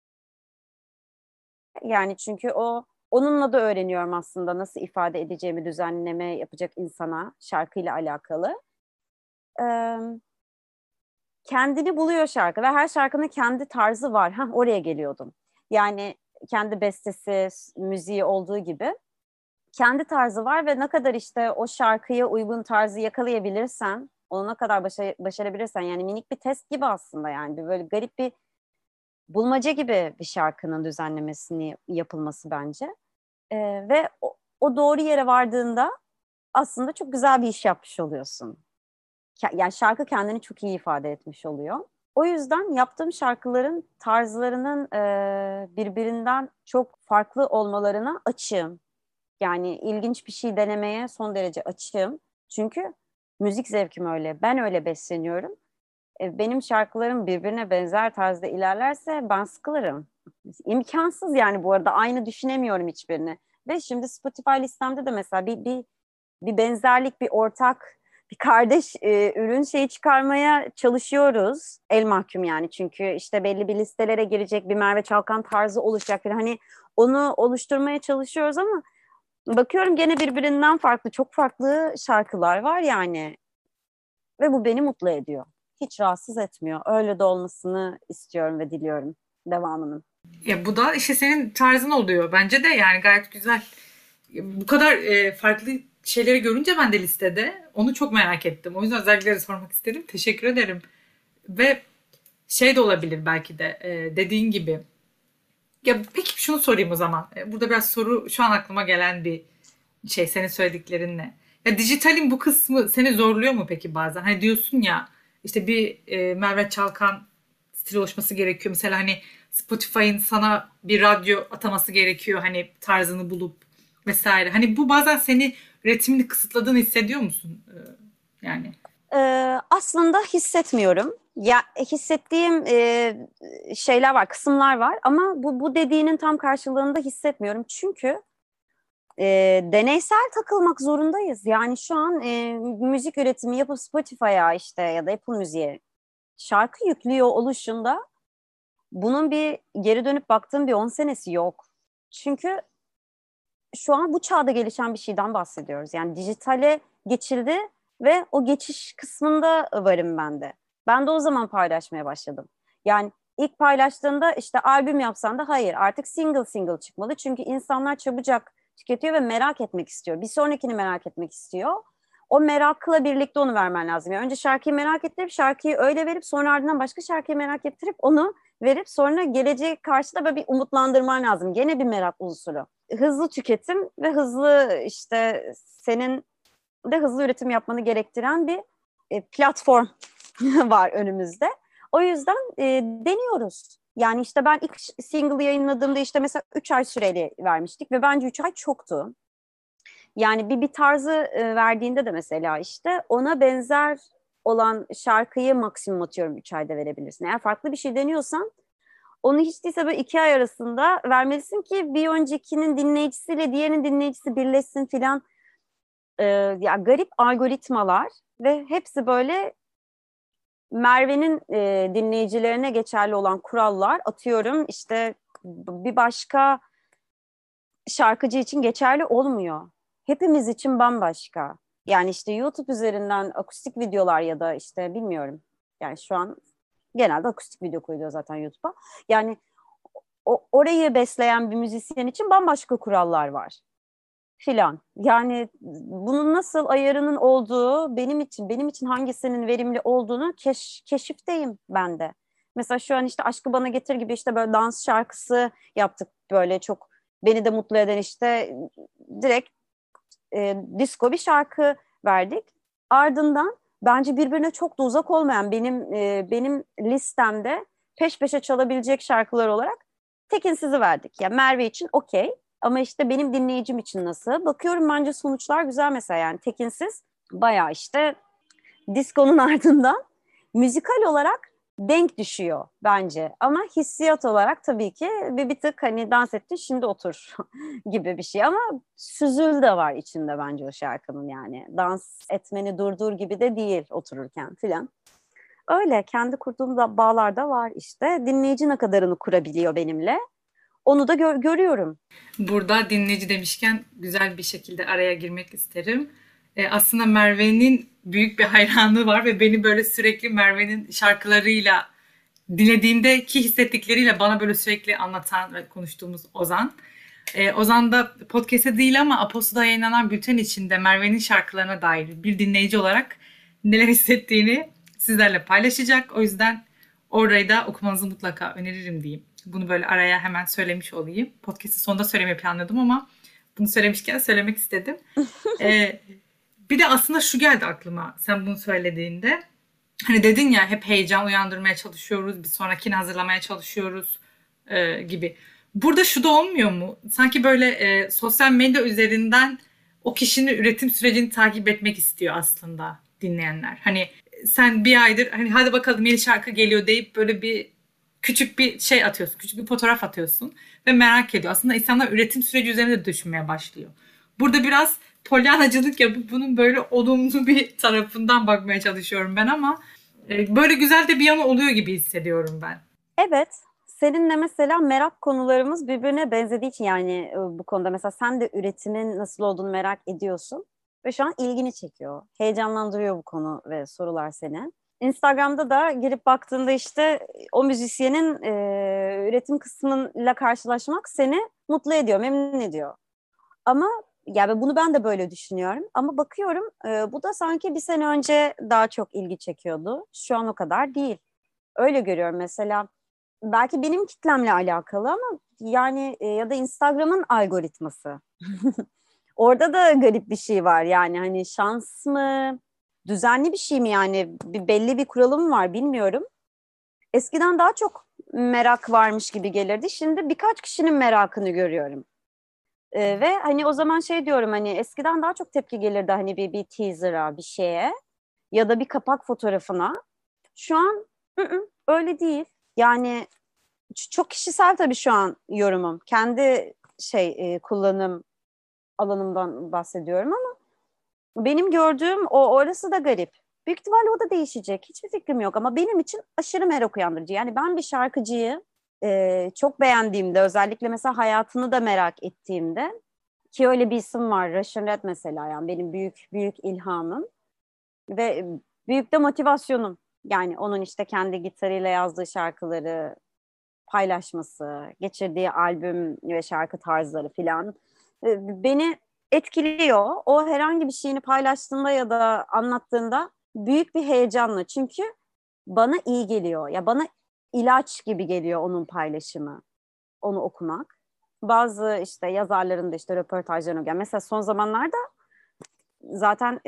yani çünkü onunla da öğreniyorum aslında nasıl ifade edeceğimi düzenleme yapacak insana şarkıyla alakalı. Ee, Kendini buluyor şarkı ve her şarkının kendi tarzı var. Oraya geliyordum. Yani kendi bestesi, müziği olduğu gibi kendi tarzı var ve ne kadar işte o şarkıya uygun tarzı yakalayabilirsen, onu ne kadar başarabilirsen yani minik bir test gibi aslında yani bir böyle garip bir bulmaca gibi bir şarkının düzenlemesini yapılması bence. Ve o doğru yere vardığında aslında çok güzel bir iş yapmış oluyorsun. Yani şarkı kendini çok iyi ifade etmiş oluyor. O yüzden yaptığım şarkıların tarzlarının birbirinden çok farklı olmalarına açığım. Yani ilginç bir şey denemeye son derece açığım. Çünkü müzik zevkim öyle. Ben öyle besleniyorum. Benim şarkılarım birbirine benzer tarzda ilerlerse ben sıkılırım. İmkansız yani bu arada. Aynı düşünemiyorum hiçbirini. Ve şimdi Spotify listemde de mesela bir benzerlik, bir ortak, bir kardeş ürün şeyi çıkarmaya çalışıyoruz. El mahkum yani çünkü işte belli bir listelere girecek bir Merve Çalkan tarzı oluşacak. Yani hani onu oluşturmaya çalışıyoruz ama Bakıyorum gene birbirinden farklı, çok farklı şarkılar var yani. Ve bu beni mutlu ediyor. Hiç rahatsız etmiyor. Öyle de olmasını istiyorum ve diliyorum devamının. Ya bu da işte senin tarzın oluyor. Bence de yani gayet güzel. Bu kadar farklı şeyleri görünce ben de listede onu çok merak ettim. O yüzden özellikle sormak istedim. Teşekkür ederim. Ve şey de olabilir belki de dediğin gibi. Ya peki şunu sorayım o zaman. Burada biraz soru şu an aklıma gelen bir şey senin söylediklerinle. Ya dijitalin bu kısmı seni zorluyor mu peki bazen? Hani diyorsun ya işte bir Merve Çalkan stili oluşması gerekiyor. Mesela hani Spotify'ın sana bir radyo ataması gerekiyor. Hani tarzını bulup vesaire. Hani bu bazen seni üretimini kısıtladığını hissediyor musun? Yani. Aslında hissetmiyorum. Ya hissettiğim şeyler var, kısımlar var ama bu dediğinin tam karşılığında hissetmiyorum. Çünkü deneysel takılmak zorundayız. Yani şu an müzik üretimi yapıp Spotify'a işte ya da Apple Müziğe şarkı yüklüyor oluşunda bunun bir geri dönüp baktığım bir 10 senesi yok. Çünkü şu an bu çağda gelişen bir şeyden bahsediyoruz. Yani dijitale geçildi ve o geçiş kısmında varım ben de. Ben de o zaman paylaşmaya başladım. Yani ilk paylaştığında işte albüm yapsan da hayır artık single single çıkmalı. Çünkü insanlar çabucak tüketiyor ve merak etmek istiyor. Bir sonrakini merak etmek istiyor. O merakla birlikte onu vermen lazım. Yani önce şarkıyı merak ettirip şarkıyı öyle verip sonra ardından başka şarkıyı merak ettirip onu verip sonra geleceğe karşı da böyle bir umutlandırman lazım. Gene bir merak unsuru. Hızlı tüketim ve hızlı işte senin de hızlı üretim yapmanı gerektiren bir platform var önümüzde. O yüzden deniyoruz. Yani işte ben ilk single yayınladığımda işte mesela 3 ay süreli vermiştik ve bence 3 ay çoktu. Yani bir tarzı verdiğinde de mesela işte ona benzer olan şarkıyı maksimum atıyorum 3 ayda verebilirsin. Eğer farklı bir şey deniyorsan onu hiç değilse böyle 2 ay arasında vermelisin ki bir öncekinin dinleyicisiyle diğerinin dinleyicisi birleşsin filan. Ya garip algoritmalar ve hepsi böyle Merve'nin dinleyicilerine geçerli olan kurallar atıyorum işte bir başka şarkıcı için geçerli olmuyor. Hepimiz için bambaşka. Yani işte YouTube üzerinden akustik videolar ya da işte bilmiyorum. Yani şu an genelde akustik video koyuyor zaten YouTube'a. Yani orayı besleyen bir müzisyen için bambaşka kurallar var filan. Yani bunun nasıl ayarının olduğu benim için hangisinin verimli olduğunu keşifteyim ben de. Mesela şu an işte Aşkı Bana Getir gibi işte böyle dans şarkısı yaptık böyle çok beni de mutlu eden işte direkt disco bir şarkı verdik. Ardından bence birbirine çok da uzak olmayan benim listemde peş peşe çalabilecek şarkılar olarak Tekinsiz'i verdik. Yani Merve için okey. Ama işte benim dinleyicim için nasıl? Bakıyorum bence sonuçlar güzel mesela yani Tekinsiz bayağı işte diskonun ardından müzikal olarak denk düşüyor bence. Ama hissiyat olarak tabii ki bir tık hani dans ettin şimdi otur gibi bir şey. Ama süzül de var içinde bence o şarkının yani. Dans etmeni durdur gibi de değil otururken filan. Öyle kendi kurduğum da bağlar da var işte. Dinleyici ne kadarını kurabiliyor benimle. Onu da görüyorum. Burada dinleyici demişken güzel bir şekilde araya girmek isterim. Aslında Merve'nin büyük bir hayranlığı var ve beni böyle sürekli Merve'nin şarkılarıyla dinlediğimdeki hissettikleriyle bana böyle sürekli anlatan ve konuştuğumuz Ozan. Ozan da podcast'e değil ama Aposto'da yayınlanan bülten içinde Merve'nin şarkılarına dair bir dinleyici olarak neler hissettiğini sizlerle paylaşacak. O yüzden orayı da okumanızı mutlaka öneririm diyeyim. Bunu böyle araya hemen söylemiş olayım. Podcast'in sonunda söylemeyi planladım ama bunu söylemişken söylemek istedim. Ee, Bir de aslında şu geldi aklıma sen bunu söylediğinde. Hani dedin ya hep heyecan uyandırmaya çalışıyoruz, bir sonrakini hazırlamaya çalışıyoruz gibi. Burada şu da olmuyor mu? Sanki böyle sosyal medya üzerinden o kişinin üretim sürecini takip etmek istiyor aslında dinleyenler. Hani sen bir aydır hani hadi bakalım yeni şarkı geliyor deyip böyle bir küçük bir şey atıyorsun, küçük bir fotoğraf atıyorsun ve merak ediyor. Aslında insanlar üretim süreci üzerinde de düşünmeye başlıyor. Burada biraz polyanacılık yapıp bunun böyle olumlu bir tarafından bakmaya çalışıyorum ben ama böyle güzel de bir yanı oluyor gibi hissediyorum ben. Evet, seninle mesela merak konularımız birbirine benzediği için yani bu konuda mesela sen de üretimin nasıl olduğunu merak ediyorsun ve şu an ilgini çekiyor. Heyecanlandırıyor bu konu ve sorular seni. Instagram'da da girip baktığında işte o müzisyenin üretim kısmıyla karşılaşmak seni mutlu ediyor, memnun ediyor. Ama yani bunu ben de böyle düşünüyorum. Ama bakıyorum bu da sanki bir sene önce daha çok ilgi çekiyordu. Şu an o kadar değil. Öyle görüyorum mesela. Belki benim kitlemle alakalı ama yani ya da Instagram'ın algoritması. Orada da garip bir şey var yani hani şans mı, düzenli bir şey mi yani belli bir kuralı mı var bilmiyorum. Eskiden daha çok merak varmış gibi gelirdi. Şimdi birkaç kişinin merakını görüyorum. Ve hani o zaman şey diyorum hani eskiden daha çok tepki gelirdi hani bir teaser'a bir şeye ya da bir kapak fotoğrafına. Şu an öyle değil. Yani çok kişisel tabii şu an yorumum. Kendi kullanım alanımdan bahsediyorum ama benim gördüğüm o orası da garip. Büyük ihtimalle o da değişecek. Hiçbir fikrim yok ama benim için aşırı merak uyandırıcı. Yani ben bir şarkıcıyı çok beğendiğimde, özellikle mesela hayatını da merak ettiğimde ki öyle bir isim var, Russian Red mesela yani benim büyük büyük ilhamım ve büyük de motivasyonum. Yani onun işte kendi gitarıyla yazdığı şarkıları paylaşması, geçirdiği albüm ve şarkı tarzları filan beni etkiliyor. O herhangi bir şeyini paylaştığında ya da anlattığında büyük bir heyecanla. Çünkü bana iyi geliyor. Ya bana ilaç gibi geliyor onun paylaşımı, onu okumak. Bazı işte yazarların da işte röportajlarını okuyorum. Mesela son zamanlarda zaten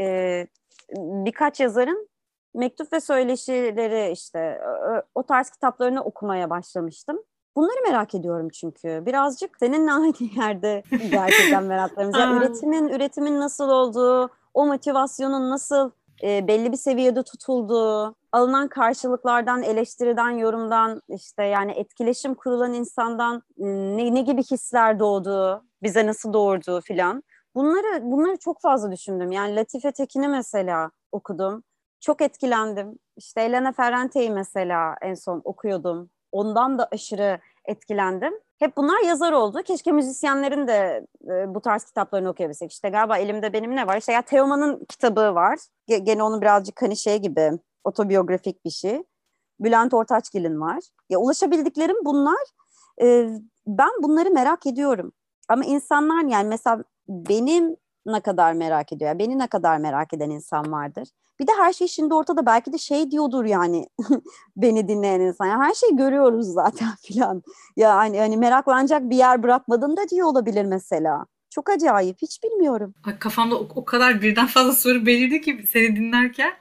birkaç yazarın mektup ve söyleşileri işte o tarz kitaplarını okumaya başlamıştım. Bunları merak ediyorum çünkü. Birazcık seninle aynı yerde gerçekten meraklarımız. Ya Aa, üretimin nasıl olduğu, o motivasyonun nasıl belli bir seviyede tutulduğu, alınan karşılıklar,dan eleştiriden, yorumdan, işte yani etkileşim kurulan insandan ne gibi hisler doğduğu, bize nasıl doğurduğu filan. Bunları çok fazla düşündüm. Yani Latife Tekin'i mesela okudum. Çok etkilendim. İşte Elena Ferrante'yi mesela en son okuyordum. Ondan da aşırı etkilendim. Hep bunlar yazar oldu. Keşke müzisyenlerin de bu tarz kitaplarını okuyabilsek. İşte galiba elimde benim ne var? İşte ya Teoman'ın kitabı var. Gene onun birazcık hani şey gibi otobiyografik bir şey. Bülent Ortaçgil'in var. Ya ulaşabildiklerim bunlar. E, Ben bunları merak ediyorum. Ama insanlar yani mesela benim ne kadar merak ediyor. Beni ne kadar merak eden insan vardır. Bir de her şey şimdi ortada. Belki de şey diyordur yani beni dinleyen insan. Ya her şeyi görüyoruz zaten filan. Ya hani meraklanacak bir yer bırakmadın da diyor olabilir mesela. Çok acayip. Hiç bilmiyorum. ay, kafamda o kadar birden fazla soru belirdi ki seni dinlerken.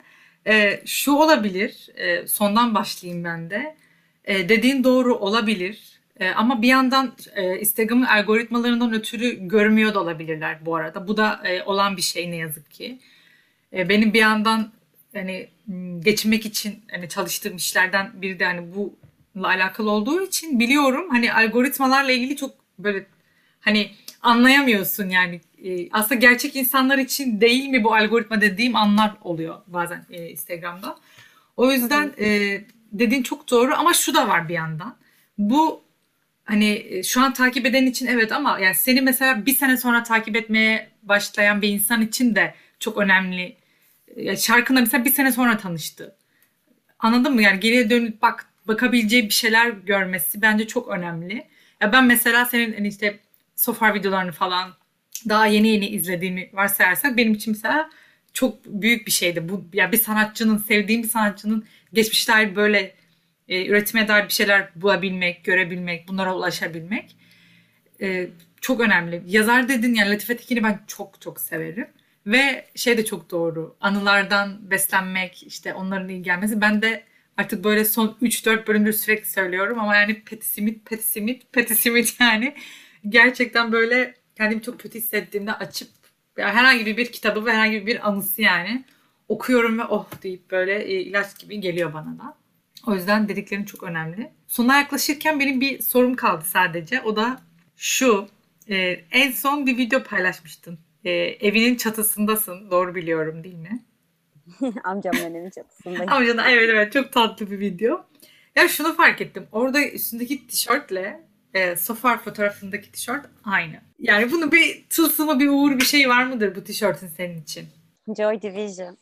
Şu olabilir, sondan başlayayım ben de. Dediğin doğru olabilir. Ama bir yandan Instagram'ın algoritmalarından ötürü görmüyor da olabilirler bu arada. Bu da olan bir şey ne yazık ki. Benim bir yandan hani geçinmek için hani çalıştığım işlerden biri de hani bununla alakalı olduğu için biliyorum. Hani algoritmalarla ilgili çok böyle hani anlayamıyorsun yani. Aslında gerçek insanlar için değil mi bu algoritma dediğim anlar oluyor bazen Instagram'da. O Hı yüzden hı. dediğin çok doğru ama şu da var bir yandan. Bu hani şu an takip eden için evet ama yani seni mesela bir sene sonra takip etmeye başlayan bir insan için de çok önemli. Ya şarkında mesela bir sene sonra tanıştı. Anladın mı? Yani geriye dönüp bakabileceği bir şeyler görmesi bence çok önemli. Ya ben mesela senin hani işte Sofar videolarını falan daha yeni yeni izlediğimi varsayarsak benim için mesela çok büyük bir şeydi. Bu ya bir sanatçının sevdiğim bir sanatçının geçmişte dair böyle üretime dair bir şeyler bulabilmek, görebilmek, bunlara ulaşabilmek e, çok önemli. Yazar dedin yani Latife Tekin'i ben çok çok severim. Ve şey de çok doğru. Anılardan beslenmek, işte onların iyi gelmesi. Ben de artık böyle son 3-4 bölümdür sürekli söylüyorum ama yani petisimit, petisimit, petisimit yani. Gerçekten böyle kendimi çok kötü hissettiğimde açıp ya herhangi bir kitabı ve herhangi bir anısı yani okuyorum ve oh deyip böyle ilaç gibi geliyor bana da. O yüzden dediklerin çok önemli. Sona yaklaşırken benim bir sorum kaldı sadece. O da şu. En son bir video paylaşmıştın. Evinin çatısındasın. Doğru biliyorum değil mi? Amcamın evinin çatısındayım. Ama canım evet evet çok tatlı bir video. Ya şunu fark ettim. Orada üstündeki tişörtle So Far fotoğrafındaki tişört aynı. Yani bunun bir tılsımı, bir uğur, bir şey var mıdır bu tişörtün senin için? Joy Division.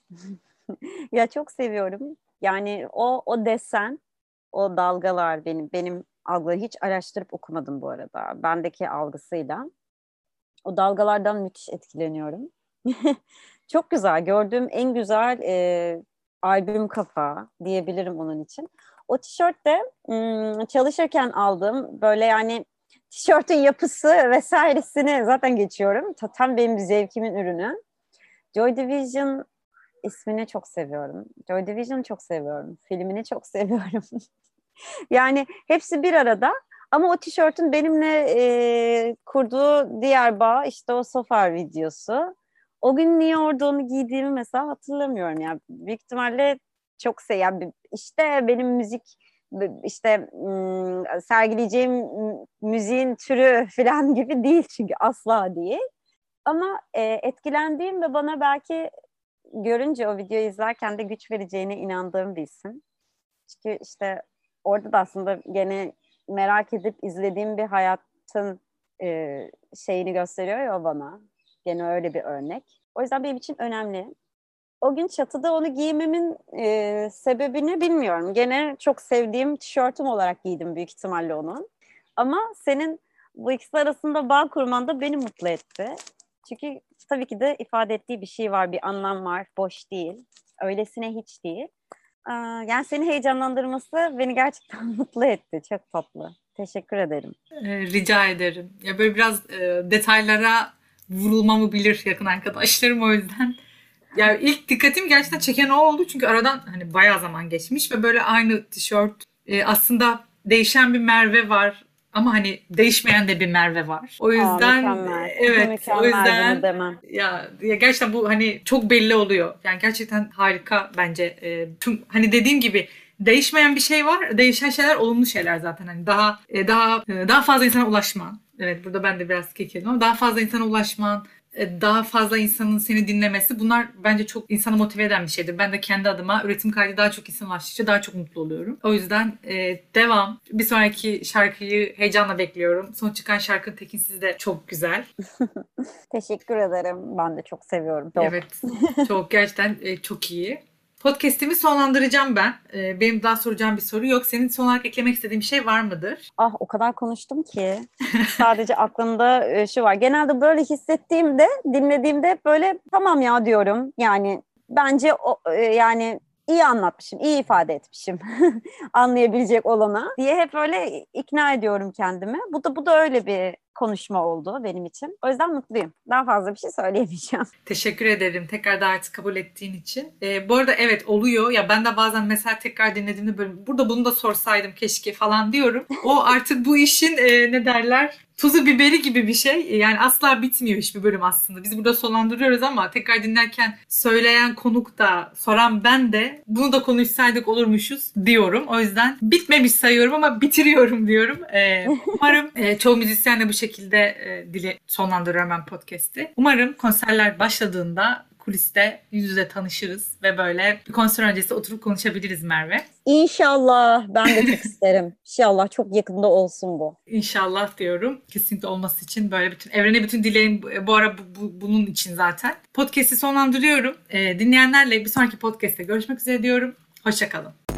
Ya çok seviyorum. Yani o desen, o dalgalar benim algıları hiç araştırıp okumadım bu arada. Bendeki algısıyla. O dalgalardan müthiş etkileniyorum. Çok güzel. Gördüğüm en güzel albüm kapağı diyebilirim onun için. O tişört de çalışırken aldım. Böyle yani tişörtün yapısı vesairesini zaten geçiyorum. Tam benim zevkimin ürünü. Joy Division ismini çok seviyorum. Joy Division'ı çok seviyorum. Filmini çok seviyorum. Yani hepsi bir arada. Ama o tişörtün benimle kurduğu diğer bağ işte o Sofar videosu. O gün niye orada onu giydiğimi mesela hatırlamıyorum. Yani büyük ihtimalle çok yani işte benim müzik işte sergileyeceğim müziğin türü falan gibi değil çünkü asla değil. Ama etkilendiğim ve bana belki görünce o videoyu izlerken de güç vereceğine inandığım bir isim. Çünkü işte orada da aslında gene merak edip izlediğim bir hayatın şeyini gösteriyor ya o bana. Gene öyle bir örnek. O yüzden benim için önemli. O gün çatıda onu giymemin sebebini bilmiyorum. Gene çok sevdiğim tişörtüm olarak giydim büyük ihtimalle onun. Ama senin bu ikisi arasında bağ kurman da beni mutlu etti. Çünkü tabii ki de ifade ettiği bir şey var, bir anlam var, boş değil. Öylesine hiç değil. Yani seni heyecanlandırması beni gerçekten mutlu etti. Çok tatlı. Teşekkür ederim. Rica ederim. Ya böyle biraz detaylara vurulmamı bilir yakın arkadaşlarım o yüzden. Ya ilk dikkatimi gerçekten çeken o oldu çünkü aradan hani bayağı zaman geçmiş ve böyle aynı tişört aslında değişen bir Merve var ama hani değişmeyen de bir Merve var. O yüzden Mükemmel. evet, o Mükemmel bunu yüzden demem. ya gerçekten bu hani çok belli oluyor. Yani gerçekten harika bence. Tüm hani dediğim gibi değişmeyen bir şey var. Değişen şeyler olumlu şeyler zaten. Hani daha fazla insana ulaşman. Evet, burada ben de biraz kekelim ama daha fazla insana ulaşman, daha fazla insanın seni dinlemesi, bunlar bence çok insanı motive eden bir şeydir. Ben de kendi adıma üretim kaydı daha çok insan ulaştıkça daha çok mutlu oluyorum. O yüzden devam. Bir sonraki şarkıyı heyecanla bekliyorum. Son çıkan şarkın Tekinsiz de çok güzel. Teşekkür ederim. Ben de çok seviyorum. Çok. Evet, çok gerçekten çok iyi. Podcast'imi sonlandıracağım ben. Benim daha soracağım bir soru yok. Senin son olarak eklemek istediğin bir şey var mıdır? Ah o kadar konuştum ki. Sadece aklımda şu var. Genelde böyle hissettiğimde, dinlediğimde hep böyle tamam ya diyorum. Yani bence yani iyi anlatmışım, iyi ifade etmişim. Anlayabilecek olana diye hep böyle ikna ediyorum kendimi. Bu da öyle bir konuşma oldu benim için. O yüzden mutluyum. Daha fazla bir şey söyleyemeyeceğim. Teşekkür ederim tekrar davet kabul ettiğin için. Bu arada evet oluyor. Ya ben de bazen mesela tekrar dinlediğimde böyle burada bunu da sorsaydım keşke falan diyorum. O artık bu işin ne derler? Tuzu biberi gibi bir şey. Yani asla bitmiyor hiçbir bölüm aslında. Biz burada sonlandırıyoruz ama tekrar dinlerken söyleyen konuk da soran ben de bunu da konuşsaydık olurmuşuz diyorum. O yüzden bitmemiş sayıyorum ama bitiriyorum diyorum. Umarım çoğu müzisyenle bu şekilde sonlandırıyorum ben podcast'i. Umarım konserler başladığında kuliste yüz yüze tanışırız ve böyle bir konser öncesi oturup konuşabiliriz Merve. İnşallah. Ben de çok isterim. İnşallah çok yakında olsun bu. İnşallah diyorum. Kesinlikle olması için böyle bütün dileğim bu ara bunun için zaten. Podcast'i sonlandırıyorum. Dinleyenlerle bir sonraki podcast'te görüşmek üzere diyorum. Hoşça kalın.